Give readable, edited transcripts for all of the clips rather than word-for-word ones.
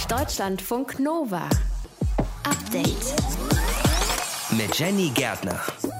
Deutschlandfunk Nova. Update. Mit Jenny Gärtner.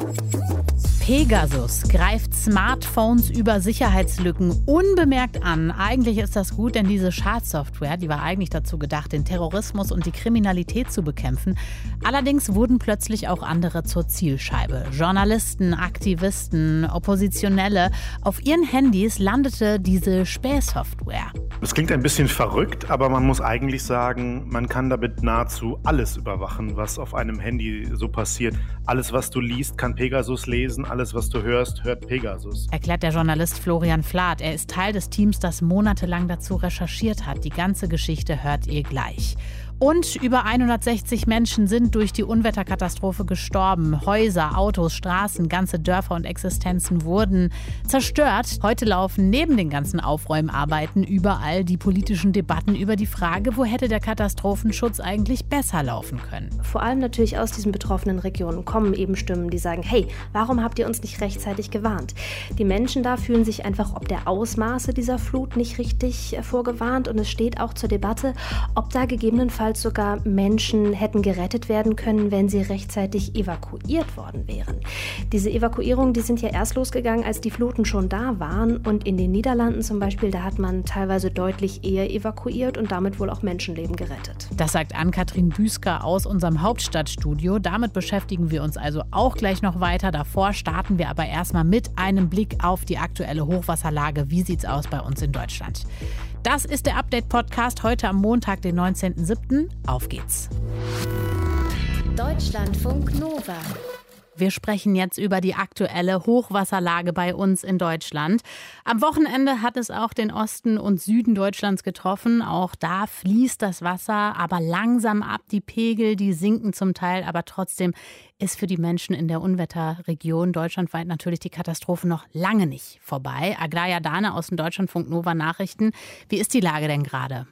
Pegasus greift Smartphones über Sicherheitslücken unbemerkt an. Eigentlich ist das gut, denn diese Schadsoftware, die war eigentlich dazu gedacht, den Terrorismus und die Kriminalität zu bekämpfen. Allerdings wurden plötzlich auch andere zur Zielscheibe. Journalisten, Aktivisten, Oppositionelle. Auf ihren Handys landete diese Spähsoftware. Das klingt ein bisschen verrückt, aber man muss eigentlich sagen, man kann damit nahezu alles überwachen, was auf einem Handy so passiert. Alles, was du liest, kann Pegasus lesen. Alles, was du hörst, hört Pegasus. Erklärt der Journalist Florian Flath. Er ist Teil des Teams, das monatelang dazu recherchiert hat. Die ganze Geschichte hört ihr gleich. Und über 160 Menschen sind durch die Unwetterkatastrophe gestorben. Häuser, Autos, Straßen, ganze Dörfer und Existenzen wurden zerstört. Heute laufen neben den ganzen Aufräumarbeiten überall die politischen Debatten über die Frage, wo hätte der Katastrophenschutz eigentlich besser laufen können. Vor allem natürlich aus diesen betroffenen Regionen kommen eben Stimmen, die sagen, hey, warum habt ihr uns nicht rechtzeitig gewarnt? Die Menschen da fühlen sich einfach ob der Ausmaße dieser Flut nicht richtig vorgewarnt. Und es steht auch zur Debatte, ob da gegebenenfalls sogar Menschen hätten gerettet werden können, wenn sie rechtzeitig evakuiert worden wären. Diese Evakuierungen, die sind ja erst losgegangen, als die Fluten schon da waren. Und in den Niederlanden zum Beispiel, da hat man teilweise deutlich eher evakuiert und damit wohl auch Menschenleben gerettet. Das sagt Ann-Kathrin Büsker aus unserem Hauptstadtstudio. Damit beschäftigen wir uns also auch gleich noch weiter. Davor starten wir aber erstmal mit einem Blick auf die aktuelle Hochwasserlage. Wie sieht's aus bei uns in Deutschland? Das ist der Update-Podcast heute am Montag, den 19.07. Auf geht's. Deutschlandfunk Nova. Wir sprechen jetzt über die aktuelle Hochwasserlage bei uns in Deutschland. Am Wochenende hat es auch den Osten und Süden Deutschlands getroffen. Auch da fließt das Wasser, aber langsam ab. Die Pegel, die sinken zum Teil, aber trotzdem ist für die Menschen in der Unwetterregion deutschlandweit natürlich die Katastrophe noch lange nicht vorbei. Aglaja Dane aus den Deutschlandfunk Nova Nachrichten. Wie ist die Lage denn gerade?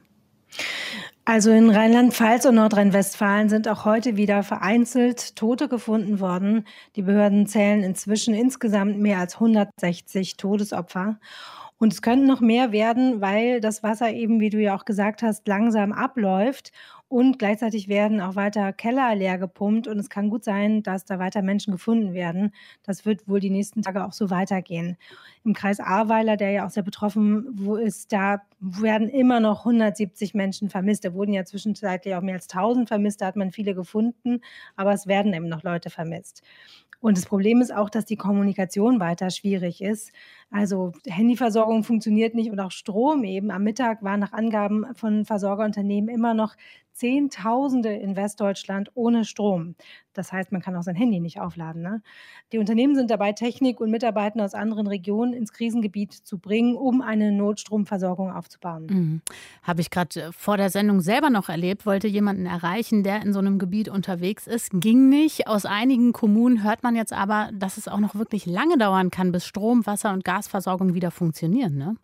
Also in Rheinland-Pfalz und Nordrhein-Westfalen sind auch heute wieder vereinzelt Tote gefunden worden. Die Behörden zählen inzwischen insgesamt mehr als 160 Todesopfer. Und es könnten noch mehr werden, weil das Wasser eben, wie du ja auch gesagt hast, langsam abläuft. Und gleichzeitig werden auch weiter Keller leer gepumpt. Und es kann gut sein, dass da weiter Menschen gefunden werden. Das wird wohl die nächsten Tage auch so weitergehen. Im Kreis Ahrweiler, der ja auch sehr betroffen ist, da werden immer noch 170 Menschen vermisst. Da wurden ja zwischenzeitlich auch mehr als 1000 vermisst. Da hat man viele gefunden. Aber es werden eben noch Leute vermisst. Und das Problem ist auch, dass die Kommunikation weiter schwierig ist. Also Handyversorgung funktioniert nicht und auch Strom eben. Am Mittag waren nach Angaben von Versorgerunternehmen immer noch Zehntausende in Westdeutschland ohne Strom. Das heißt, man kann auch sein Handy nicht aufladen, ne? Die Unternehmen sind dabei, Technik und Mitarbeiter aus anderen Regionen ins Krisengebiet zu bringen, um eine Notstromversorgung aufzubauen. Habe ich gerade vor der Sendung selber noch erlebt, wollte jemanden erreichen, der in so einem Gebiet unterwegs ist. Ging nicht. Aus einigen Kommunen hört man jetzt aber, dass es auch noch wirklich lange dauern kann, bis Strom, Wasser und Gasversorgung wieder funktionieren, ne?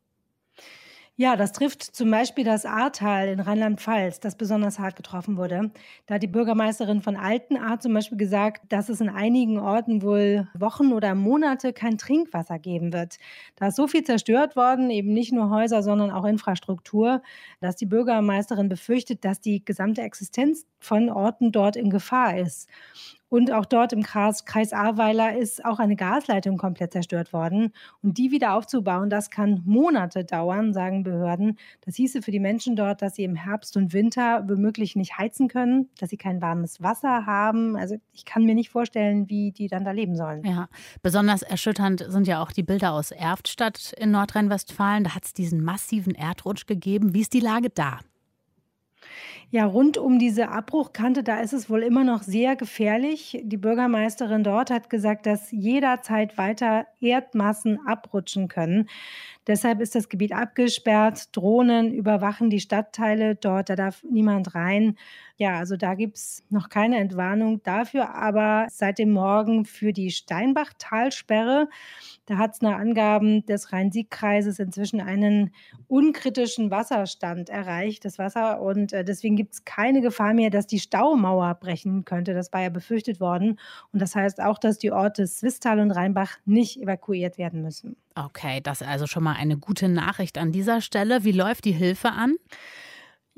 Ja, das trifft zum Beispiel das Ahrtal in Rheinland-Pfalz, das besonders hart getroffen wurde. Da hat die Bürgermeisterin von Altenahr zum Beispiel gesagt, dass es in einigen Orten wohl Wochen oder Monate kein Trinkwasser geben wird. Da ist so viel zerstört worden, eben nicht nur Häuser, sondern auch Infrastruktur, dass die Bürgermeisterin befürchtet, dass die gesamte Existenz von Orten dort in Gefahr ist. Und auch dort im Kreis Ahrweiler ist auch eine Gasleitung komplett zerstört worden. Und die wieder aufzubauen, das kann Monate dauern, sagen Behörden. Das hieße für die Menschen dort, dass sie im Herbst und Winter womöglich nicht heizen können, dass sie kein warmes Wasser haben. Also ich kann mir nicht vorstellen, wie die dann da leben sollen. Ja, besonders erschütternd sind ja auch die Bilder aus Erftstadt in Nordrhein-Westfalen. Da hat es diesen massiven Erdrutsch gegeben. Wie ist die Lage da? Ja, rund um diese Abbruchkante, da ist es wohl immer noch sehr gefährlich. Die Bürgermeisterin dort hat gesagt, dass jederzeit weiter Erdmassen abrutschen können. Deshalb ist das Gebiet abgesperrt. Drohnen überwachen die Stadtteile dort, da darf niemand rein. Ja, also da gibt es noch keine Entwarnung dafür, aber seit dem Morgen für die Steinbach-Talsperre. Da hat es nach Angaben des Rhein-Sieg-Kreises inzwischen einen unkritischen Wasserstand erreicht, das Wasser. Und deswegen gibt es keine Gefahr mehr, dass die Staumauer brechen könnte. Das war ja befürchtet worden. Und das heißt auch, dass die Orte Swisttal und Rheinbach nicht evakuiert werden müssen. Okay, das ist also schon mal eine gute Nachricht an dieser Stelle. Wie läuft die Hilfe an?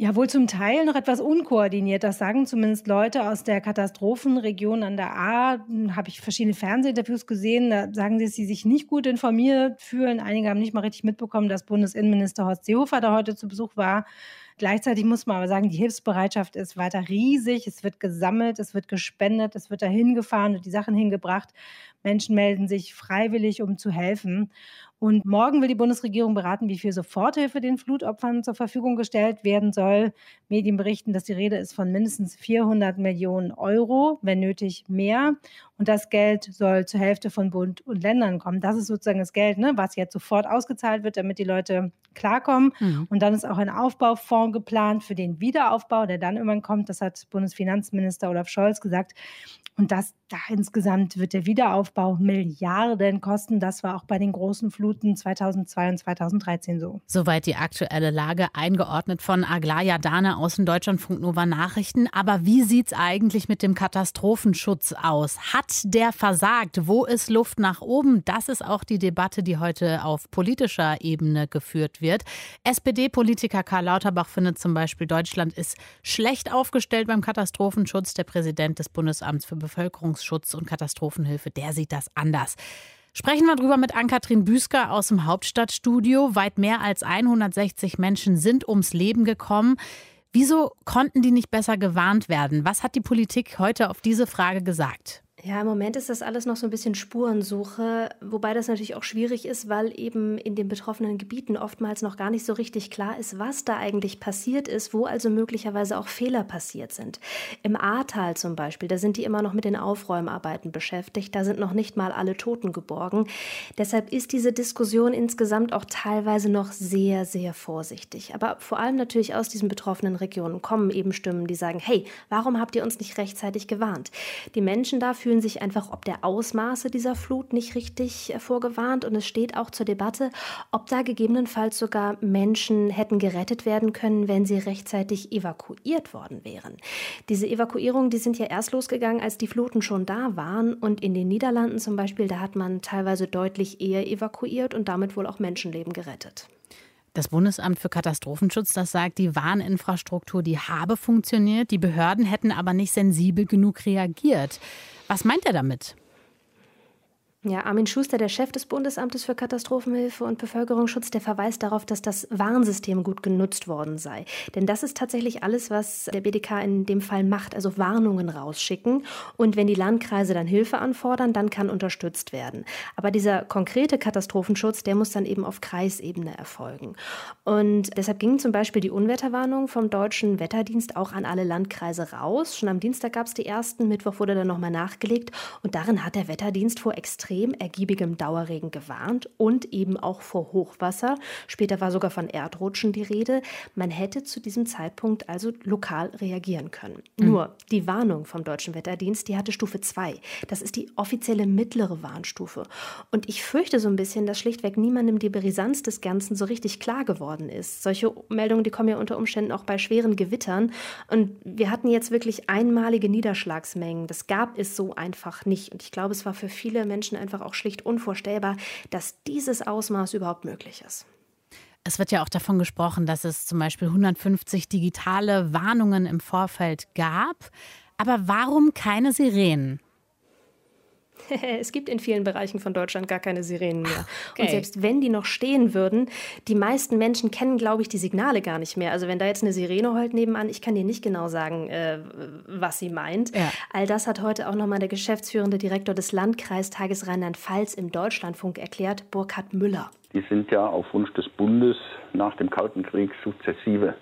Ja, wohl zum Teil noch etwas unkoordiniert. Das sagen zumindest Leute aus der Katastrophenregion an der Ahr. Habe ich verschiedene Fernsehinterviews gesehen. Da sagen sie, dass sie sich nicht gut informiert fühlen. Einige haben nicht mal richtig mitbekommen, dass Bundesinnenminister Horst Seehofer da heute zu Besuch war. Gleichzeitig muss man aber sagen, die Hilfsbereitschaft ist weiter riesig. Es wird gesammelt, es wird gespendet, es wird dahin gefahren und die Sachen hingebracht. Menschen melden sich freiwillig, um zu helfen. Und morgen will die Bundesregierung beraten, wie viel Soforthilfe den Flutopfern zur Verfügung gestellt werden soll. Medien berichten, dass die Rede ist von mindestens 400 Millionen Euro, wenn nötig mehr. Und das Geld soll zur Hälfte von Bund und Ländern kommen. Das ist sozusagen das Geld, was jetzt sofort ausgezahlt wird, damit die Leute klarkommen. Und dann ist auch ein Aufbaufonds geplant für den Wiederaufbau, der dann irgendwann kommt. Das hat Bundesfinanzminister Olaf Scholz gesagt. Und da insgesamt wird der Wiederaufbau Milliarden kosten. Das war auch bei den großen Fluten 2002 und 2013 so. Soweit die aktuelle Lage, eingeordnet von Aglaja Dane aus dem Deutschlandfunk Nova Nachrichten. Aber wie sieht's eigentlich mit dem Katastrophenschutz aus? Hat der versagt? Wo ist Luft nach oben? Das ist auch die Debatte, die heute auf politischer Ebene geführt wird. SPD-Politiker Karl Lauterbach findet zum Beispiel, Deutschland ist schlecht aufgestellt beim Katastrophenschutz. Der Präsident des Bundesamts für Bevölkerungsschutz und Katastrophenhilfe, der sieht das anders. Sprechen wir drüber mit Ann-Kathrin Büsker aus dem Hauptstadtstudio. Weit mehr als 160 Menschen sind ums Leben gekommen. Wieso konnten die nicht besser gewarnt werden? Was hat die Politik heute auf diese Frage gesagt? Ja, im Moment ist das alles noch so ein bisschen Spurensuche, wobei das natürlich auch schwierig ist, weil eben in den betroffenen Gebieten oftmals noch gar nicht so richtig klar ist, was da eigentlich passiert ist, wo also möglicherweise auch Fehler passiert sind. Im Ahrtal zum Beispiel, da sind die immer noch mit den Aufräumarbeiten beschäftigt, da sind noch nicht mal alle Toten geborgen. Deshalb ist diese Diskussion insgesamt auch teilweise noch sehr, sehr vorsichtig. Aber vor allem natürlich aus diesen betroffenen Regionen kommen eben Stimmen, die sagen, hey, warum habt ihr uns nicht rechtzeitig gewarnt? Die Menschen da fühlen sich einfach ob der Ausmaße dieser Flut nicht richtig vorgewarnt. Und es steht auch zur Debatte, ob da gegebenenfalls sogar Menschen hätten gerettet werden können, wenn sie rechtzeitig evakuiert worden wären. Diese Evakuierungen, die sind ja erst losgegangen, als die Fluten schon da waren. Und in den Niederlanden zum Beispiel, da hat man teilweise deutlich eher evakuiert und damit wohl auch Menschenleben gerettet. Das Bundesamt für Katastrophenschutz, das sagt, die Warninfrastruktur, die habe funktioniert. Die Behörden hätten aber nicht sensibel genug reagiert. Was meint er damit? Ja, Armin Schuster, der Chef des Bundesamtes für Katastrophenhilfe und Bevölkerungsschutz, der verweist darauf, dass das Warnsystem gut genutzt worden sei. Denn das ist tatsächlich alles, was der BDK in dem Fall macht, also Warnungen rausschicken. Und wenn die Landkreise dann Hilfe anfordern, dann kann unterstützt werden. Aber dieser konkrete Katastrophenschutz, der muss dann eben auf Kreisebene erfolgen. Und deshalb gingen zum Beispiel die Unwetterwarnungen vom Deutschen Wetterdienst auch an alle Landkreise raus. Schon am Dienstag gab es die ersten, Mittwoch wurde dann nochmal nachgelegt. Und darin hat der Wetterdienst vor extrem ergiebigem Dauerregen gewarnt und eben auch vor Hochwasser. Später war sogar von Erdrutschen die Rede. Man hätte zu diesem Zeitpunkt also lokal reagieren können. Nur die Warnung vom Deutschen Wetterdienst, die hatte Stufe 2. Das ist die offizielle mittlere Warnstufe. Und ich fürchte so ein bisschen, dass schlichtweg niemandem die Brisanz des Ganzen so richtig klar geworden ist. Solche Meldungen, die kommen ja unter Umständen auch bei schweren Gewittern. Und wir hatten jetzt wirklich einmalige Niederschlagsmengen. Das gab es so einfach nicht. Und ich glaube, es war für viele Menschen einfach auch schlicht unvorstellbar, dass dieses Ausmaß überhaupt möglich ist. Es wird ja auch davon gesprochen, dass es zum Beispiel 150 digitale Warnungen im Vorfeld gab. Aber warum keine Sirenen? Es gibt in vielen Bereichen von Deutschland gar keine Sirenen mehr. Okay. Und selbst wenn die noch stehen würden, die meisten Menschen kennen, glaube ich, die Signale gar nicht mehr. Also wenn da jetzt eine Sirene heult nebenan, ich kann dir nicht genau sagen, was sie meint. Ja. All das hat heute auch nochmal der geschäftsführende Direktor des Landkreistages Rheinland-Pfalz im Deutschlandfunk erklärt, Burkhard Müller. Die sind ja auf Wunsch des Bundes nach dem Kalten Krieg sukzessive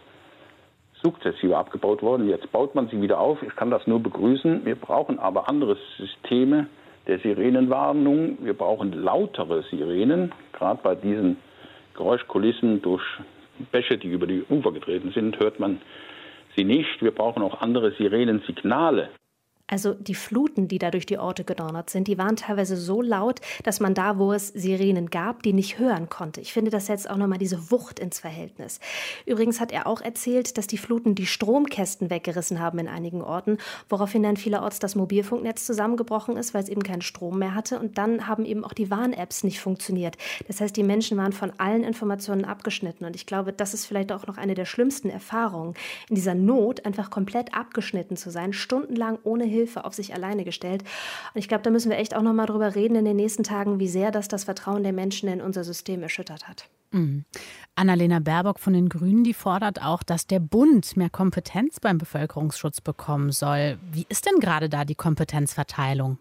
abgebaut worden. Jetzt baut man sie wieder auf. Ich kann das nur begrüßen. Wir brauchen aber andere Systeme der Sirenenwarnung. Wir brauchen lautere Sirenen, gerade bei diesen Geräuschkulissen durch Bäche, die über die Ufer getreten sind, hört man sie nicht. Wir brauchen auch andere Sirenensignale. Also die Fluten, die da durch die Orte gedonnert sind, die waren teilweise so laut, dass man da, wo es Sirenen gab, die nicht hören konnte. Ich finde, das setzt auch nochmal diese Wucht ins Verhältnis. Übrigens hat er auch erzählt, dass die Fluten die Stromkästen weggerissen haben in einigen Orten, woraufhin dann vielerorts das Mobilfunknetz zusammengebrochen ist, weil es eben keinen Strom mehr hatte. Und dann haben eben auch die Warn-Apps nicht funktioniert. Das heißt, die Menschen waren von allen Informationen abgeschnitten. Und ich glaube, das ist vielleicht auch noch eine der schlimmsten Erfahrungen, in dieser Not einfach komplett abgeschnitten zu sein, stundenlang ohne Hilfe auf sich alleine gestellt. Und ich glaube, da müssen wir echt auch noch mal drüber reden in den nächsten Tagen, wie sehr das Vertrauen der Menschen in unser System erschüttert hat. Mhm. Annalena Baerbock von den Grünen, die fordert auch, dass der Bund mehr Kompetenz beim Bevölkerungsschutz bekommen soll. Wie ist denn gerade da die Kompetenzverteilung?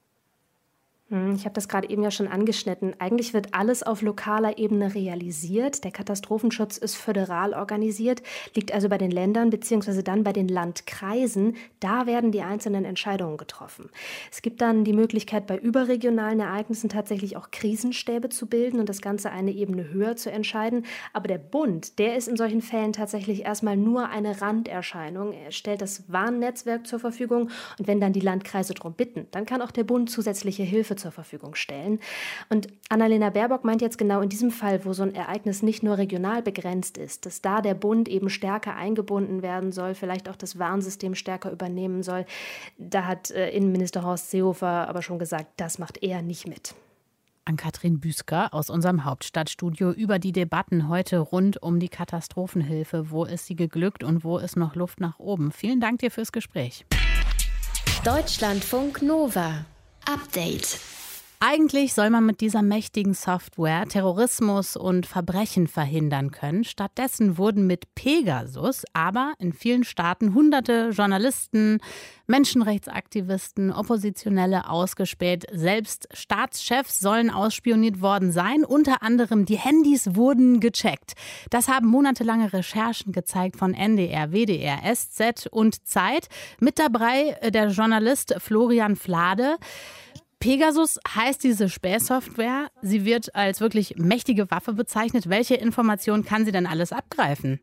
Ich habe das gerade eben ja schon angeschnitten. Eigentlich wird alles auf lokaler Ebene realisiert. Der Katastrophenschutz ist föderal organisiert, liegt also bei den Ländern bzw. dann bei den Landkreisen. Da werden die einzelnen Entscheidungen getroffen. Es gibt dann die Möglichkeit, bei überregionalen Ereignissen tatsächlich auch Krisenstäbe zu bilden und das Ganze eine Ebene höher zu entscheiden. Aber der Bund, der ist in solchen Fällen tatsächlich erstmal nur eine Randerscheinung. Er stellt das Warnnetzwerk zur Verfügung und wenn dann die Landkreise darum bitten, dann kann auch der Bund zusätzliche Hilfe zur Verfügung stellen. Und Annalena Baerbock meint jetzt genau in diesem Fall, wo so ein Ereignis nicht nur regional begrenzt ist, dass da der Bund eben stärker eingebunden werden soll, vielleicht auch das Warnsystem stärker übernehmen soll. Da hat Innenminister Horst Seehofer aber schon gesagt, das macht er nicht mit. Ann-Kathrin Büsker aus unserem Hauptstadtstudio über die Debatten heute rund um die Katastrophenhilfe. Wo ist sie geglückt und wo ist noch Luft nach oben? Vielen Dank dir fürs Gespräch. Deutschlandfunk Nova. Update. Eigentlich soll man mit dieser mächtigen Software Terrorismus und Verbrechen verhindern können. Stattdessen wurden mit Pegasus aber in vielen Staaten hunderte Journalisten, Menschenrechtsaktivisten, Oppositionelle ausgespäht. Selbst Staatschefs sollen ausspioniert worden sein. Unter anderem die Handys wurden gecheckt. Das haben monatelange Recherchen gezeigt von NDR, WDR, SZ und Zeit. Mit dabei der Journalist Florian Flade. Pegasus heißt diese Spähsoftware. Sie wird als wirklich mächtige Waffe bezeichnet. Welche Informationen kann sie denn alles abgreifen?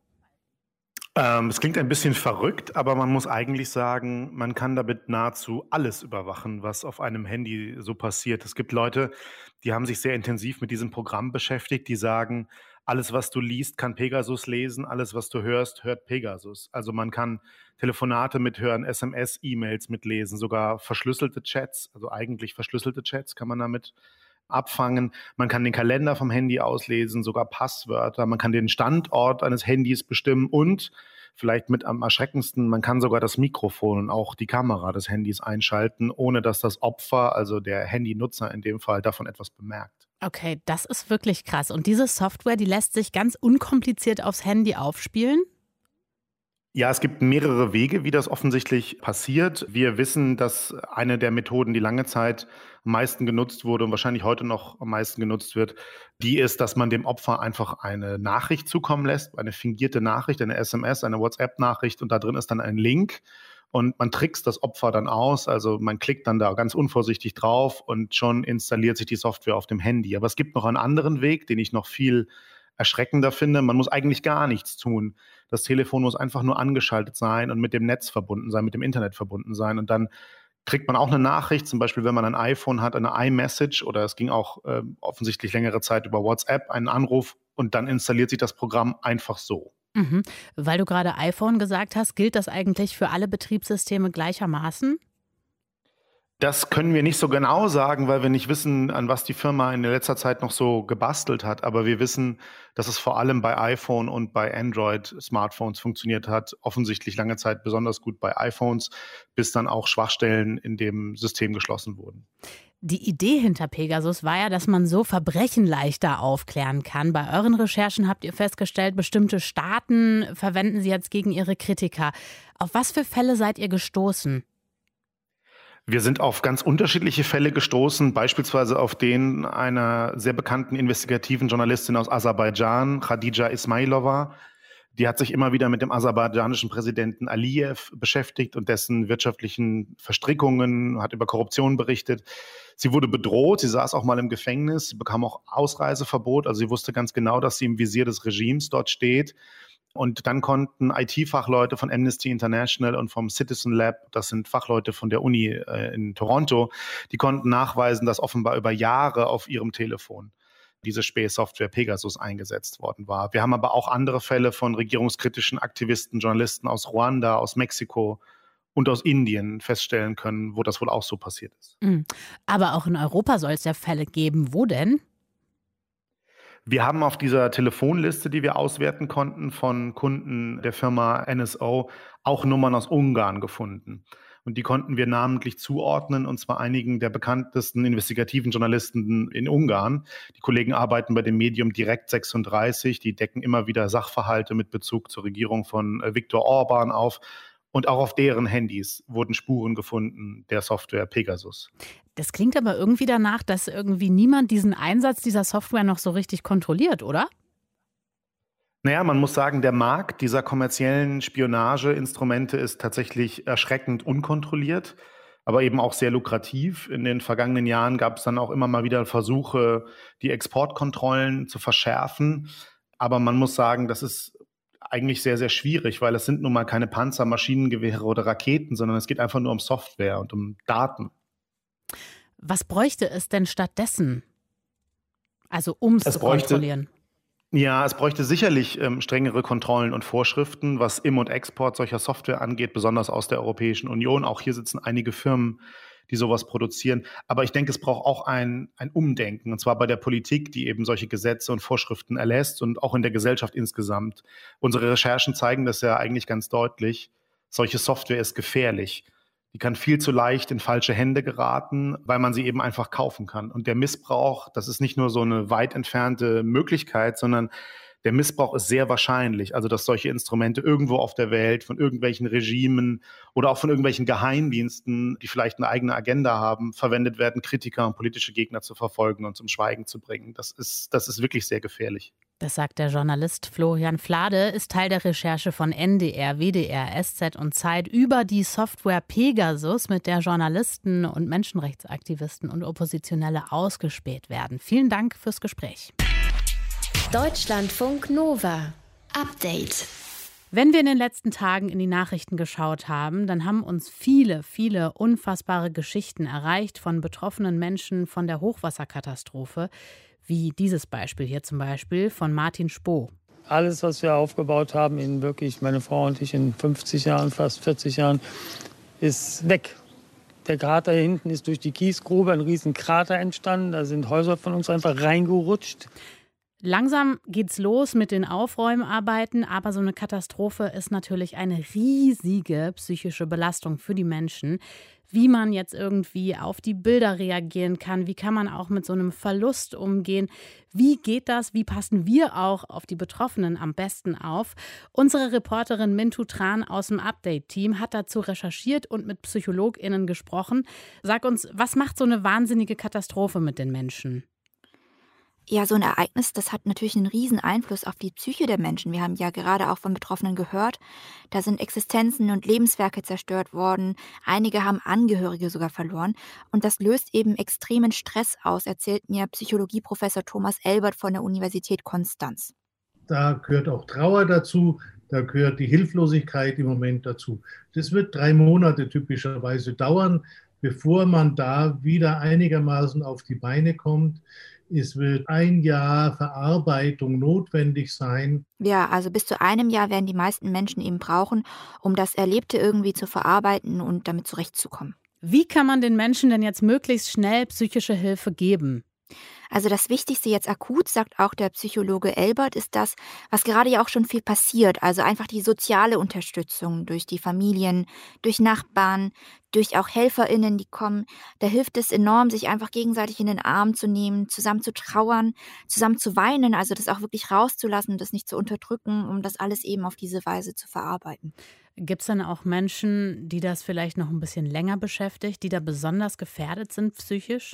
Es klingt ein bisschen verrückt, aber man muss eigentlich sagen, man kann damit nahezu alles überwachen, was auf einem Handy so passiert. Es gibt Leute, die haben sich sehr intensiv mit diesem Programm beschäftigt, die sagen, alles, was du liest, kann Pegasus lesen, alles, was du hörst, hört Pegasus. Also man kann Telefonate mithören, SMS, E-Mails mitlesen, sogar verschlüsselte Chats, also eigentlich verschlüsselte Chats kann man damit abfangen. Man kann den Kalender vom Handy auslesen, sogar Passwörter. Man kann den Standort eines Handys bestimmen und vielleicht mit am erschreckendsten, man kann sogar das Mikrofon und auch die Kamera des Handys einschalten, ohne dass das Opfer, also der Handynutzer in dem Fall, davon etwas bemerkt. Okay, das ist wirklich krass. Und diese Software, die lässt sich ganz unkompliziert aufs Handy aufspielen? Ja, es gibt mehrere Wege, wie das offensichtlich passiert. Wir wissen, dass eine der Methoden, die lange Zeit am meisten genutzt wurde und wahrscheinlich heute noch am meisten genutzt wird, die ist, dass man dem Opfer einfach eine Nachricht zukommen lässt, eine fingierte Nachricht, eine SMS, eine WhatsApp-Nachricht und da drin ist dann ein Link und man trickst das Opfer dann aus, also man klickt dann da ganz unvorsichtig drauf und schon installiert sich die Software auf dem Handy. Aber es gibt noch einen anderen Weg, den ich noch viel erschreckender finde. Man muss eigentlich gar nichts tun. Das Telefon muss einfach nur angeschaltet sein und mit dem Netz verbunden sein, mit dem Internet verbunden sein. Und dann kriegt man auch eine Nachricht, zum Beispiel, wenn man ein iPhone hat, eine iMessage oder es ging auch offensichtlich längere Zeit über WhatsApp, einen Anruf und dann installiert sich das Programm einfach so. Mhm. Weil du gerade iPhone gesagt hast, gilt das eigentlich für alle Betriebssysteme gleichermaßen? Das können wir nicht so genau sagen, weil wir nicht wissen, an was die Firma in letzter Zeit noch so gebastelt hat. Aber wir wissen, dass es vor allem bei iPhone und bei Android-Smartphones funktioniert hat. Offensichtlich lange Zeit besonders gut bei iPhones, bis dann auch Schwachstellen in dem System geschlossen wurden. Die Idee hinter Pegasus war ja, dass man so Verbrechen leichter aufklären kann. Bei euren Recherchen habt ihr festgestellt, bestimmte Staaten verwenden sie jetzt gegen ihre Kritiker. Auf was für Fälle seid ihr gestoßen? Wir sind auf ganz unterschiedliche Fälle gestoßen, beispielsweise auf den einer sehr bekannten investigativen Journalistin aus Aserbaidschan, Khadija Ismailova. Die hat sich immer wieder mit dem aserbaidschanischen Präsidenten Aliyev beschäftigt und dessen wirtschaftlichen Verstrickungen, hat über Korruption berichtet. Sie wurde bedroht, sie saß auch mal im Gefängnis, sie bekam auch Ausreiseverbot, also sie wusste ganz genau, dass sie im Visier des Regimes dort steht. Und dann konnten IT-Fachleute von Amnesty International und vom Citizen Lab, das sind Fachleute von der Uni in Toronto, die konnten nachweisen, dass offenbar über Jahre auf ihrem Telefon diese Spähsoftware Pegasus eingesetzt worden war. Wir haben aber auch andere Fälle von regierungskritischen Aktivisten, Journalisten aus Ruanda, aus Mexiko und aus Indien feststellen können, wo das wohl auch so passiert ist. Aber auch in Europa soll es ja Fälle geben. Wo denn? Wir haben auf dieser Telefonliste, die wir auswerten konnten von Kunden der Firma NSO, auch Nummern aus Ungarn gefunden. Und die konnten wir namentlich zuordnen, und zwar einigen der bekanntesten investigativen Journalisten in Ungarn. Die Kollegen arbeiten bei dem Medium Direkt 36. Die decken immer wieder Sachverhalte mit Bezug zur Regierung von Viktor Orban auf. Und auch auf deren Handys wurden Spuren gefunden der Software Pegasus. Das klingt aber irgendwie danach, dass irgendwie niemand diesen Einsatz dieser Software noch so richtig kontrolliert, oder? Naja, man muss sagen, der Markt dieser kommerziellen Spionageinstrumente ist tatsächlich erschreckend unkontrolliert, aber eben auch sehr lukrativ. In den vergangenen Jahren gab es dann auch immer mal wieder Versuche, die Exportkontrollen zu verschärfen. Aber man muss sagen, das ist eigentlich sehr, sehr schwierig, weil es sind nun mal keine Panzer, Maschinengewehre oder Raketen, sondern es geht einfach nur um Software und um Daten. Was bräuchte es denn stattdessen? Also zu kontrollieren. Ja, es bräuchte sicherlich strengere Kontrollen und Vorschriften, was Im- und Export solcher Software angeht, besonders aus der Europäischen Union. Auch hier sitzen einige Firmen, die sowas produzieren. Aber ich denke, es braucht auch ein Umdenken, und zwar bei der Politik, die eben solche Gesetze und Vorschriften erlässt, und auch in der Gesellschaft insgesamt. Unsere Recherchen zeigen das ja eigentlich ganz deutlich. Solche Software ist gefährlich. Die kann viel zu leicht in falsche Hände geraten, weil man sie eben einfach kaufen kann. Und der Missbrauch, das ist nicht nur so eine weit entfernte Möglichkeit, sondern der Missbrauch ist sehr wahrscheinlich. Also, dass solche Instrumente irgendwo auf der Welt von irgendwelchen Regimen oder auch von irgendwelchen Geheimdiensten, die vielleicht eine eigene Agenda haben, verwendet werden, Kritiker und politische Gegner zu verfolgen und zum Schweigen zu bringen. Das ist wirklich sehr gefährlich. Das sagt der Journalist Florian Flade, ist Teil der Recherche von NDR, WDR, SZ und Zeit über die Software Pegasus, mit der Journalisten und Menschenrechtsaktivisten und Oppositionelle ausgespäht werden. Vielen Dank fürs Gespräch. Deutschlandfunk Nova. Update. Wenn wir in den letzten Tagen in die Nachrichten geschaut haben, dann haben uns viele, viele unfassbare Geschichten erreicht von betroffenen Menschen von der Hochwasserkatastrophe. Wie dieses Beispiel hier zum Beispiel von Martin Spoh. Alles, was wir aufgebaut haben, in wirklich, meine Frau und ich in 50 Jahren, fast 40 Jahren, ist weg. Der Krater hier hinten ist durch die Kiesgrube ein riesen Krater entstanden. Da sind Häuser von uns einfach reingerutscht. Langsam geht's los mit den Aufräumarbeiten, aber so eine Katastrophe ist natürlich eine riesige psychische Belastung für die Menschen. Wie man jetzt irgendwie auf die Bilder reagieren kann, wie kann man auch mit so einem Verlust umgehen, wie geht das, wie passen wir auch auf die Betroffenen am besten auf? Unsere Reporterin Mintu Tran aus dem Update-Team hat dazu recherchiert und mit PsychologInnen gesprochen. Sag uns, was macht so eine wahnsinnige Katastrophe mit den Menschen? Ja, so ein Ereignis, das hat natürlich einen riesen Einfluss auf die Psyche der Menschen. Wir haben ja gerade auch von Betroffenen gehört, da sind Existenzen und Lebenswerke zerstört worden. Einige haben Angehörige sogar verloren. Und das löst eben extremen Stress aus, erzählt mir Psychologieprofessor Thomas Elbert von der Universität Konstanz. Da gehört auch Trauer dazu, da gehört die Hilflosigkeit im Moment dazu. Das wird 3 Monate typischerweise dauern, bevor man da wieder einigermaßen auf die Beine kommt. Es wird 1 Jahr Verarbeitung notwendig sein. Ja, also bis zu 1 Jahr werden die meisten Menschen eben brauchen, um das Erlebte irgendwie zu verarbeiten und damit zurechtzukommen. Wie kann man den Menschen denn jetzt möglichst schnell psychische Hilfe geben? Also das Wichtigste jetzt akut, sagt auch der Psychologe Elbert, ist das, was gerade ja auch schon viel passiert. Also einfach die soziale Unterstützung durch die Familien, durch Nachbarn, durch auch HelferInnen, die kommen. Da hilft es enorm, sich einfach gegenseitig in den Arm zu nehmen, zusammen zu trauern, zusammen zu weinen, also das auch wirklich rauszulassen, das nicht zu unterdrücken, um das alles eben auf diese Weise zu verarbeiten. Gibt es dann auch Menschen, die das vielleicht noch ein bisschen länger beschäftigt, die da besonders gefährdet sind psychisch?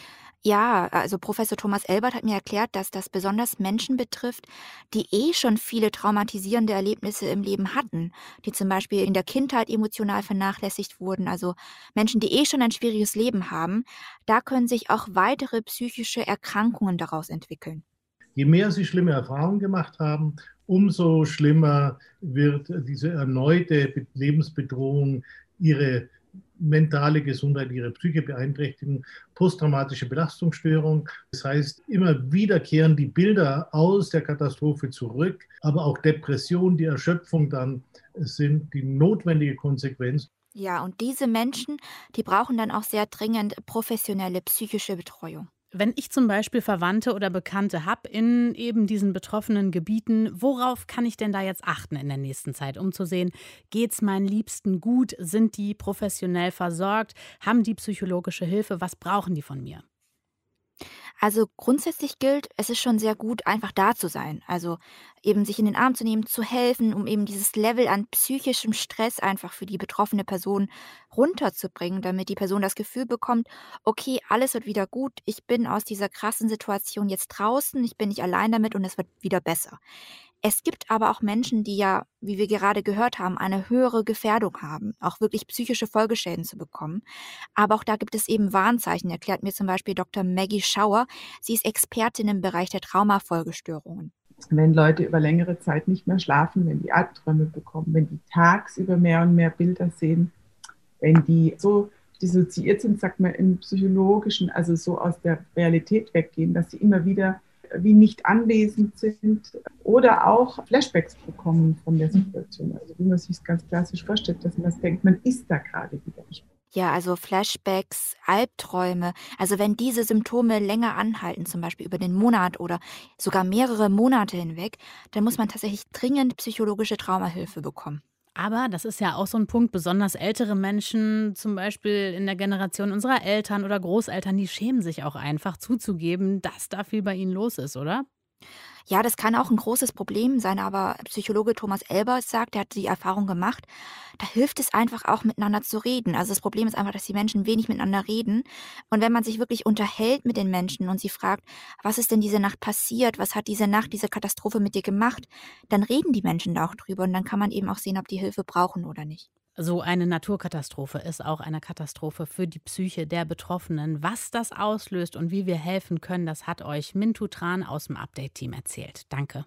Ja, also Professor Thomas Elbert hat mir erklärt, dass das besonders Menschen betrifft, die schon viele traumatisierende Erlebnisse im Leben hatten, die zum Beispiel in der Kindheit emotional vernachlässigt wurden, also Menschen, die schon ein schwieriges Leben haben. Da können sich auch weitere psychische Erkrankungen daraus entwickeln. Je mehr sie schlimme Erfahrungen gemacht haben, umso schlimmer wird diese erneute Lebensbedrohung, ihre mentale Gesundheit, ihre Psyche beeinträchtigen, posttraumatische Belastungsstörung. Das heißt, immer wieder kehren die Bilder aus der Katastrophe zurück, aber auch Depression, die Erschöpfung dann sind die notwendige Konsequenz. Ja, und diese Menschen, die brauchen dann auch sehr dringend professionelle psychische Betreuung. Wenn ich zum Beispiel Verwandte oder Bekannte habe in eben diesen betroffenen Gebieten, worauf kann ich denn da jetzt achten in der nächsten Zeit, um zu sehen, geht's meinen Liebsten gut, sind die professionell versorgt, haben die psychologische Hilfe, was brauchen die von mir? Also grundsätzlich gilt, es ist schon sehr gut, einfach da zu sein. Also eben sich in den Arm zu nehmen, zu helfen, um eben dieses Level an psychischem Stress einfach für die betroffene Person runterzubringen, damit die Person das Gefühl bekommt, okay, alles wird wieder gut, ich bin aus dieser krassen Situation jetzt draußen, ich bin nicht allein damit und es wird wieder besser. Es gibt aber auch Menschen, die ja, wie wir gerade gehört haben, eine höhere Gefährdung haben, auch wirklich psychische Folgeschäden zu bekommen. Aber auch da gibt es eben Warnzeichen, erklärt mir zum Beispiel Dr. Maggie Schauer. Sie ist Expertin im Bereich der Traumafolgestörungen. Wenn Leute über längere Zeit nicht mehr schlafen, wenn die Albträume bekommen, wenn die tagsüber mehr und mehr Bilder sehen, wenn die so dissoziiert sind, sagt man im Psychologischen, also so aus der Realität weggehen, dass sie immer wieder wie nicht anwesend sind oder auch Flashbacks bekommen von der Situation. Also wie man sich es ganz klassisch vorstellt, dass man das denkt, man ist da gerade wieder nicht. Ja, also Flashbacks, Albträume, also wenn diese Symptome länger anhalten, zum Beispiel über den Monat oder sogar mehrere Monate hinweg, dann muss man tatsächlich dringend psychologische Traumahilfe bekommen. Aber das ist ja auch so ein Punkt, besonders ältere Menschen, zum Beispiel in der Generation unserer Eltern oder Großeltern, die schämen sich auch einfach zuzugeben, dass da viel bei ihnen los ist, oder? Ja, das kann auch ein großes Problem sein, aber Psychologe Thomas Elbert sagt, der hat die Erfahrung gemacht, da hilft es einfach auch miteinander zu reden. Also das Problem ist einfach, dass die Menschen wenig miteinander reden. Und wenn man sich wirklich unterhält mit den Menschen und sie fragt, was ist denn diese Nacht passiert, was hat diese Nacht, diese Katastrophe mit dir gemacht, dann reden die Menschen da auch drüber und dann kann man eben auch sehen, ob die Hilfe brauchen oder nicht. So eine Naturkatastrophe ist auch eine Katastrophe für die Psyche der Betroffenen. Was das auslöst und wie wir helfen können, das hat euch Mintu Tran aus dem Update-Team erzählt. Danke.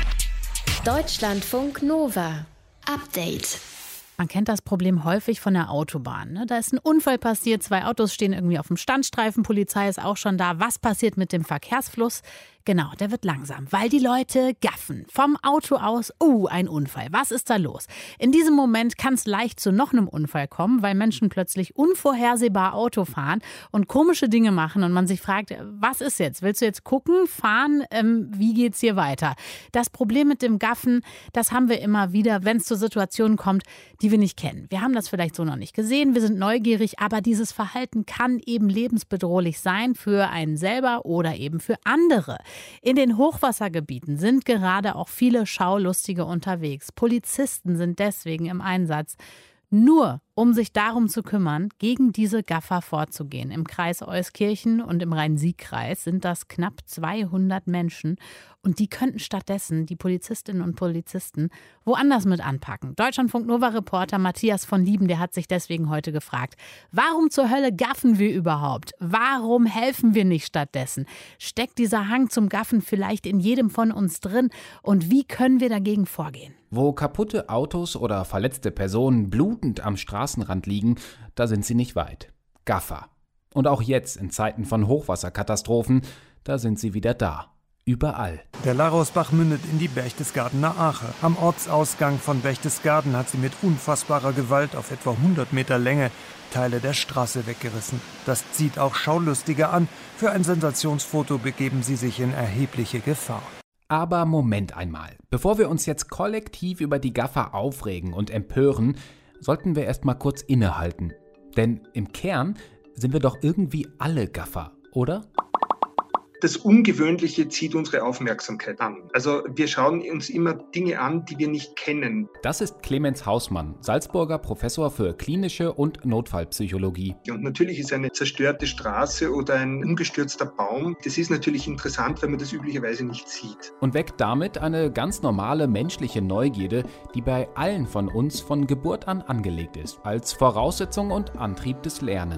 Deutschlandfunk Nova. Update. Man kennt das Problem häufig von der Autobahn. Ne? Da ist ein Unfall passiert, 2 Autos stehen irgendwie auf dem Standstreifen, Polizei ist auch schon da. Was passiert mit dem Verkehrsfluss? Genau, der wird langsam, weil die Leute gaffen. Vom Auto aus, ein Unfall, was ist da los? In diesem Moment kann es leicht zu noch einem Unfall kommen, weil Menschen plötzlich unvorhersehbar Auto fahren und komische Dinge machen und man sich fragt, was ist jetzt? Willst du jetzt gucken, fahren, wie geht's hier weiter? Das Problem mit dem Gaffen, das haben wir immer wieder, wenn es zu Situationen kommt, die wir nicht kennen. Wir haben das vielleicht so noch nicht gesehen, wir sind neugierig, aber dieses Verhalten kann eben lebensbedrohlich sein für einen selber oder eben für andere. In den Hochwassergebieten sind gerade auch viele Schaulustige unterwegs. Polizisten sind deswegen im Einsatz, nur um sich darum zu kümmern, gegen diese Gaffer vorzugehen. Im Kreis Euskirchen und im Rhein-Sieg-Kreis sind das knapp 200 Menschen. Und die könnten stattdessen, die Polizistinnen und Polizisten, woanders mit anpacken. Deutschlandfunk-Nova-Reporter Matthias von Lieben, der hat sich deswegen heute gefragt, warum zur Hölle gaffen wir überhaupt? Warum helfen wir nicht stattdessen? Steckt dieser Hang zum Gaffen vielleicht in jedem von uns drin? Und wie können wir dagegen vorgehen? Wo kaputte Autos oder verletzte Personen blutend am Straßenrand liegen, da sind sie nicht weit. Gaffer. Und auch jetzt in Zeiten von Hochwasserkatastrophen, da sind sie wieder da. Überall. Der Larausbach mündet in die Berchtesgadener Ache. Am Ortsausgang von Berchtesgaden hat sie mit unfassbarer Gewalt auf etwa 100 Meter Länge Teile der Straße weggerissen. Das zieht auch Schaulustige an. Für ein Sensationsfoto begeben sie sich in erhebliche Gefahr. Aber Moment einmal. Bevor wir uns jetzt kollektiv über die Gaffer aufregen und empören, sollten wir erst mal kurz innehalten. Denn im Kern sind wir doch irgendwie alle Gaffer, oder? Das Ungewöhnliche zieht unsere Aufmerksamkeit an. Also wir schauen uns immer Dinge an, die wir nicht kennen. Das ist Clemens Hausmann, Salzburger Professor für klinische und Notfallpsychologie. Und natürlich ist eine zerstörte Straße oder ein umgestürzter Baum, das ist natürlich interessant, weil man das üblicherweise nicht sieht. Und weckt damit eine ganz normale menschliche Neugierde, die bei allen von uns von Geburt an angelegt ist, als Voraussetzung und Antrieb des Lernens.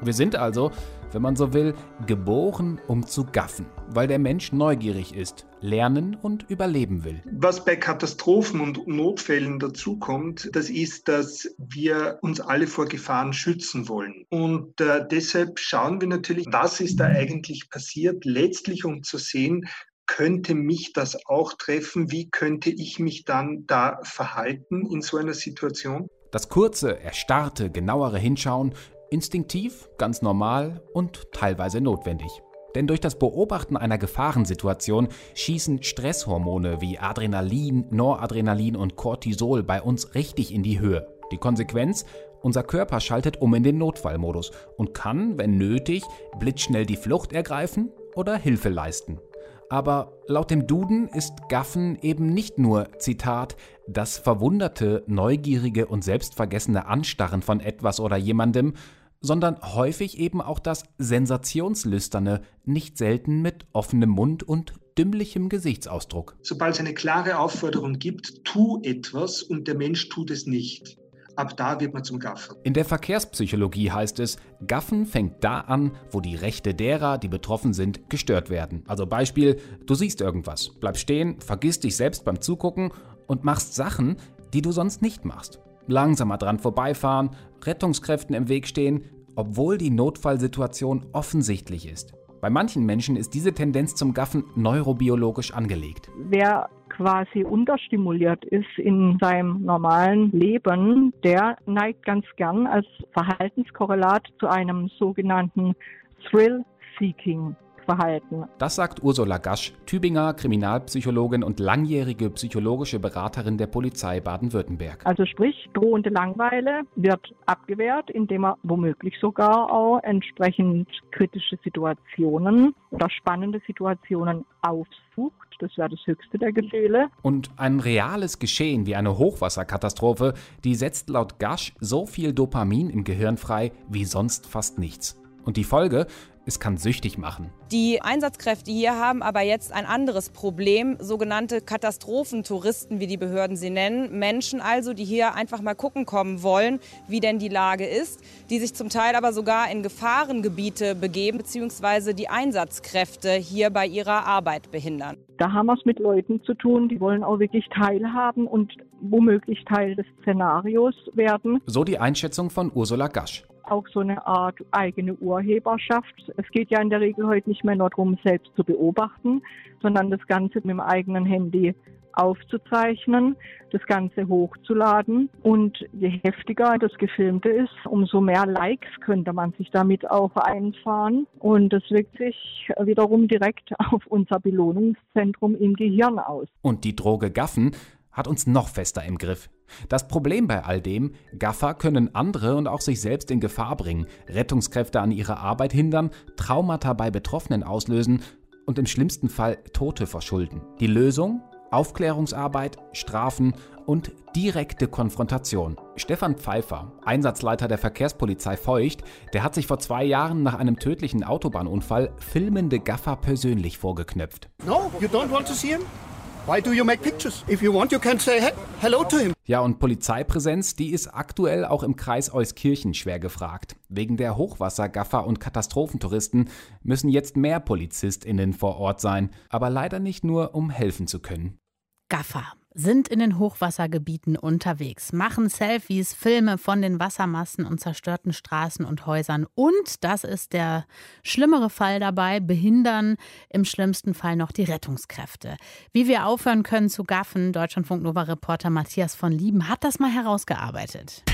Wir sind also, wenn man so will, geboren, um zu gaffen, weil der Mensch neugierig ist, lernen und überleben will. Was bei Katastrophen und Notfällen dazukommt, das ist, dass wir uns alle vor Gefahren schützen wollen. Und deshalb schauen wir natürlich, was ist da eigentlich passiert, letztlich um zu sehen, könnte mich das auch treffen? Wie könnte ich mich dann da verhalten in so einer Situation? Das kurze, erstarrte, genauere Hinschauen, instinktiv, ganz normal und teilweise notwendig. Denn durch das Beobachten einer Gefahrensituation schießen Stresshormone wie Adrenalin, Noradrenalin und Cortisol bei uns richtig in die Höhe. Die Konsequenz? Unser Körper schaltet um in den Notfallmodus und kann, wenn nötig, blitzschnell die Flucht ergreifen oder Hilfe leisten. Aber laut dem Duden ist Gaffen eben nicht nur, Zitat, das verwunderte, neugierige und selbstvergessene Anstarren von etwas oder jemandem, sondern häufig eben auch das sensationslüsterne, nicht selten mit offenem Mund und dümmlichem Gesichtsausdruck. Sobald es eine klare Aufforderung gibt, tu etwas und der Mensch tut es nicht. Ab da wird man zum Gaffer. In der Verkehrspsychologie heißt es, Gaffen fängt da an, wo die Rechte derer, die betroffen sind, gestört werden. Also Beispiel, du siehst irgendwas, bleib stehen, vergiss dich selbst beim Zugucken und machst Sachen, die du sonst nicht machst. Langsamer dran vorbeifahren, Rettungskräften im Weg stehen, obwohl die Notfallsituation offensichtlich ist. Bei manchen Menschen ist diese Tendenz zum Gaffen neurobiologisch angelegt. Wer quasi unterstimuliert ist in seinem normalen Leben, der neigt ganz gern als Verhaltenskorrelat zu einem sogenannten Thrill-Seeking. Verhalten. Das sagt Ursula Gasch, Tübinger Kriminalpsychologin und langjährige psychologische Beraterin der Polizei Baden-Württemberg. Also sprich, drohende Langeweile wird abgewehrt, indem man womöglich sogar auch entsprechend kritische Situationen oder spannende Situationen aufsucht. Das wäre das höchste der Gefühle. Und ein reales Geschehen wie eine Hochwasserkatastrophe, die setzt laut Gasch so viel Dopamin im Gehirn frei wie sonst fast nichts. Und die Folge? Es kann süchtig machen. Die Einsatzkräfte hier haben aber jetzt ein anderes Problem, sogenannte Katastrophentouristen, wie die Behörden sie nennen. Menschen also, die hier einfach mal gucken kommen wollen, wie denn die Lage ist, die sich zum Teil aber sogar in Gefahrengebiete begeben, beziehungsweise die Einsatzkräfte hier bei ihrer Arbeit behindern. Da haben wir es mit Leuten zu tun, die wollen auch wirklich teilhaben und womöglich Teil des Szenarios werden. So die Einschätzung von Ursula Gasch. Auch so eine Art eigene Urheberschaft. Es geht ja in der Regel heute nicht mehr nur darum, selbst zu beobachten, sondern das Ganze mit dem eigenen Handy aufzuzeichnen, das Ganze hochzuladen. Und je heftiger das Gefilmte ist, umso mehr Likes könnte man sich damit auch einfahren. Und das wirkt sich wiederum direkt auf unser Belohnungszentrum im Gehirn aus. Und die Droge Gaffen hat uns noch fester im Griff. Das Problem bei all dem, Gaffer können andere und auch sich selbst in Gefahr bringen, Rettungskräfte an ihrer Arbeit hindern, Traumata bei Betroffenen auslösen und im schlimmsten Fall Tote verschulden. Die Lösung? Aufklärungsarbeit, Strafen und direkte Konfrontation. Stefan Pfeiffer, Einsatzleiter der Verkehrspolizei Feucht, der hat sich vor 2 Jahren nach einem tödlichen Autobahnunfall filmende Gaffer persönlich vorgeknöpft. No, you don't want to see him? Why do you make pictures? If you want, you can say hello to him. Ja, und Polizeipräsenz, die ist aktuell auch im Kreis Euskirchen schwer gefragt. Wegen der Hochwassergaffer und Katastrophentouristen müssen jetzt mehr PolizistInnen vor Ort sein. Aber leider nicht nur, um helfen zu können. Gaffer sind in den Hochwassergebieten unterwegs, machen Selfies, Filme von den Wassermassen und zerstörten Straßen und Häusern. Und, das ist der schlimmere Fall dabei, behindern im schlimmsten Fall noch die Rettungskräfte. Wie wir aufhören können zu gaffen, Deutschlandfunk-Nova-Reporter Matthias von Lieben hat das mal herausgearbeitet.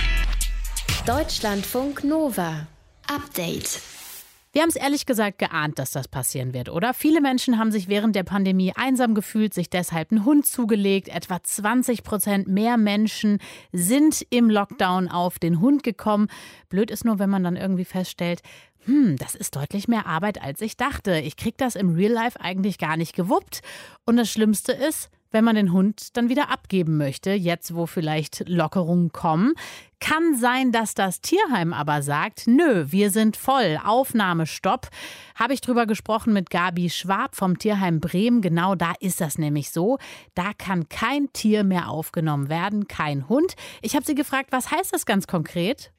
Deutschlandfunk Nova. Update. Wir haben es ehrlich gesagt geahnt, dass das passieren wird, oder? Viele Menschen haben sich während der Pandemie einsam gefühlt, sich deshalb einen Hund zugelegt. Etwa 20% mehr Menschen sind im Lockdown auf den Hund gekommen. Blöd ist nur, wenn man dann irgendwie feststellt, das ist deutlich mehr Arbeit, als ich dachte. Ich krieg das im Real Life eigentlich gar nicht gewuppt. Und das Schlimmste ist, wenn man den Hund dann wieder abgeben möchte, jetzt wo vielleicht Lockerungen kommen. Kann sein, dass das Tierheim aber sagt, nö, wir sind voll, Aufnahmestopp. Habe ich drüber gesprochen mit Gabi Schwab vom Tierheim Bremen. Genau da ist das nämlich so. Da kann kein Tier mehr aufgenommen werden, kein Hund. Ich habe sie gefragt, was heißt das ganz konkret?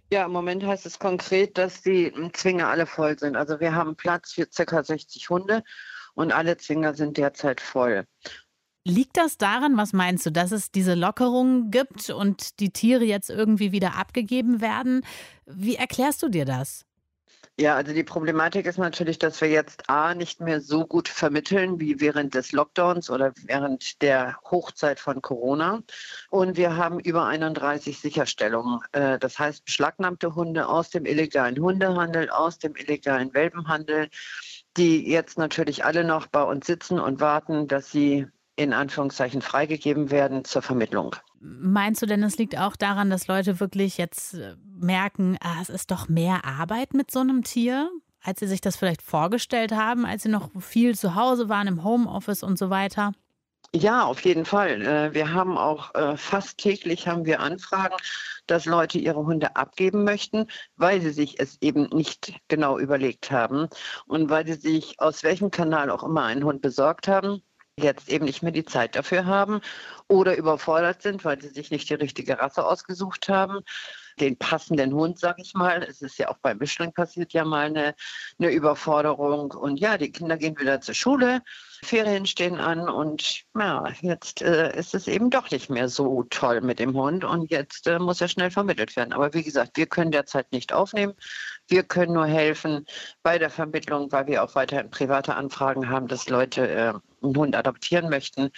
Ja, im Moment heißt es konkret, dass die Zwinger alle voll sind. Also wir haben Platz für ca. 60 Hunde und alle Zwinger sind derzeit voll. Liegt das daran, was meinst du, dass es diese Lockerungen gibt und die Tiere jetzt irgendwie wieder abgegeben werden? Wie erklärst du dir das? Ja, also die Problematik ist natürlich, dass wir jetzt nicht mehr so gut vermitteln wie während des Lockdowns oder während der Hochzeit von Corona. Und wir haben über 31 Sicherstellungen. Das heißt, beschlagnahmte Hunde aus dem illegalen Hundehandel, aus dem illegalen Welpenhandel, die jetzt natürlich alle noch bei uns sitzen und warten, dass sie in Anführungszeichen freigegeben werden zur Vermittlung. Meinst du denn, es liegt auch daran, dass Leute wirklich jetzt merken, es ist doch mehr Arbeit mit so einem Tier, als sie sich das vielleicht vorgestellt haben, als sie noch viel zu Hause waren, im Homeoffice und so weiter? Ja, auf jeden Fall. Wir haben auch fast täglich haben wir Anfragen, dass Leute ihre Hunde abgeben möchten, weil sie sich es eben nicht genau überlegt haben und weil sie sich aus welchem Kanal auch immer einen Hund besorgt haben, jetzt eben nicht mehr die Zeit dafür haben oder überfordert sind, weil sie sich nicht die richtige Rasse ausgesucht haben, den passenden Hund, sage ich mal. Es ist ja auch bei Mischling passiert ja mal eine Überforderung. Und ja, die Kinder gehen wieder zur Schule, Ferien stehen an und ja, jetzt ist es eben doch nicht mehr so toll mit dem Hund und jetzt muss er schnell vermittelt werden. Aber wie gesagt, wir können derzeit nicht aufnehmen. Wir können nur helfen bei der Vermittlung, weil wir auch weiterhin private Anfragen haben, dass Leute einen Hund adoptieren möchten.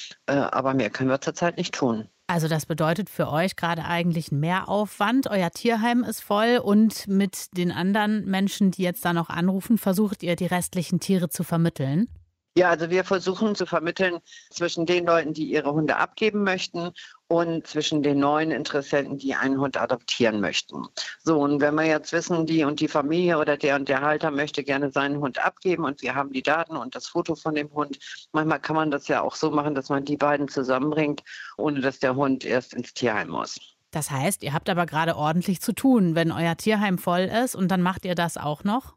Aber mehr können wir zurzeit nicht tun. Also das bedeutet für euch gerade eigentlich einen Mehraufwand. Euer Tierheim ist voll und mit den anderen Menschen, die jetzt da noch anrufen, versucht ihr, die restlichen Tiere zu vermitteln? Ja, also wir versuchen zu vermitteln zwischen den Leuten, die ihre Hunde abgeben möchten und zwischen den neuen Interessenten, die einen Hund adoptieren möchten. So, und wenn wir jetzt wissen, die und die Familie oder der Halter möchte gerne seinen Hund abgeben und wir haben die Daten und das Foto von dem Hund, manchmal kann man das ja auch so machen, dass man die beiden zusammenbringt, ohne dass der Hund erst ins Tierheim muss. Das heißt, ihr habt aber gerade ordentlich zu tun, wenn euer Tierheim voll ist und dann macht ihr das auch noch?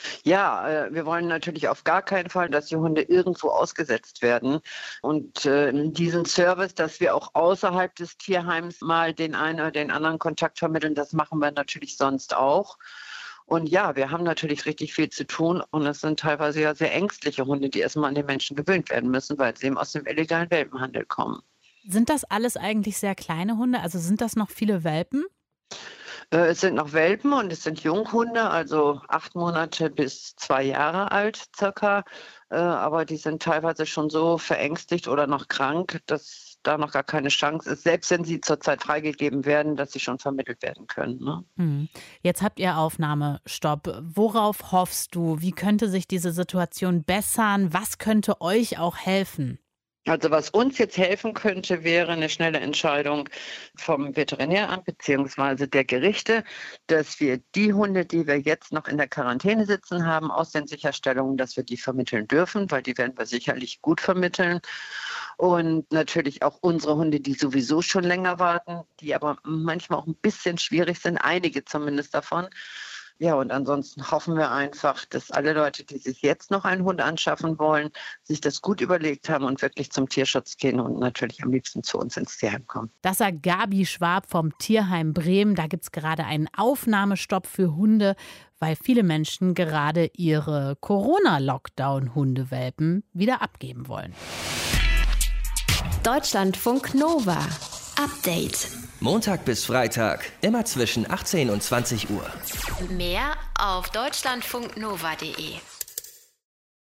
Ja, wir wollen natürlich auf gar keinen Fall, dass die Hunde irgendwo ausgesetzt werden. Und diesen Service, dass wir auch außerhalb des Tierheims mal den einen oder den anderen Kontakt vermitteln, das machen wir natürlich sonst auch. Und ja, wir haben natürlich richtig viel zu tun und es sind teilweise ja sehr ängstliche Hunde, die erstmal an den Menschen gewöhnt werden müssen, weil sie eben aus dem illegalen Welpenhandel kommen. Sind das alles eigentlich sehr kleine Hunde? Also sind das noch viele Welpen? Es sind noch Welpen und es sind Junghunde, also 8 Monate bis 2 Jahre alt circa. Aber die sind teilweise schon so verängstigt oder noch krank, dass da noch gar keine Chance ist, selbst wenn sie zurzeit freigegeben werden, dass sie schon vermittelt werden können. Ne? Jetzt habt ihr Aufnahmestopp. Worauf hoffst du? Wie könnte sich diese Situation bessern? Was könnte euch auch helfen? Also was uns jetzt helfen könnte, wäre eine schnelle Entscheidung vom Veterinäramt bzw. der Gerichte, dass wir die Hunde, die wir jetzt noch in der Quarantäne sitzen haben, aus den Sicherstellungen, dass wir die vermitteln dürfen, weil die werden wir sicherlich gut vermitteln. Und natürlich auch unsere Hunde, die sowieso schon länger warten, die aber manchmal auch ein bisschen schwierig sind, einige zumindest davon. Ja, und ansonsten hoffen wir einfach, dass alle Leute, die sich jetzt noch einen Hund anschaffen wollen, sich das gut überlegt haben und wirklich zum Tierschutz gehen und natürlich am liebsten zu uns ins Tierheim kommen. Das sagt Gabi Schwab vom Tierheim Bremen. Da gibt es gerade einen Aufnahmestopp für Hunde, weil viele Menschen gerade ihre Corona-Lockdown-Hundewelpen wieder abgeben wollen. Deutschlandfunk Nova. Update. Montag bis Freitag, immer zwischen 18 und 20 Uhr. Mehr auf deutschlandfunknova.de.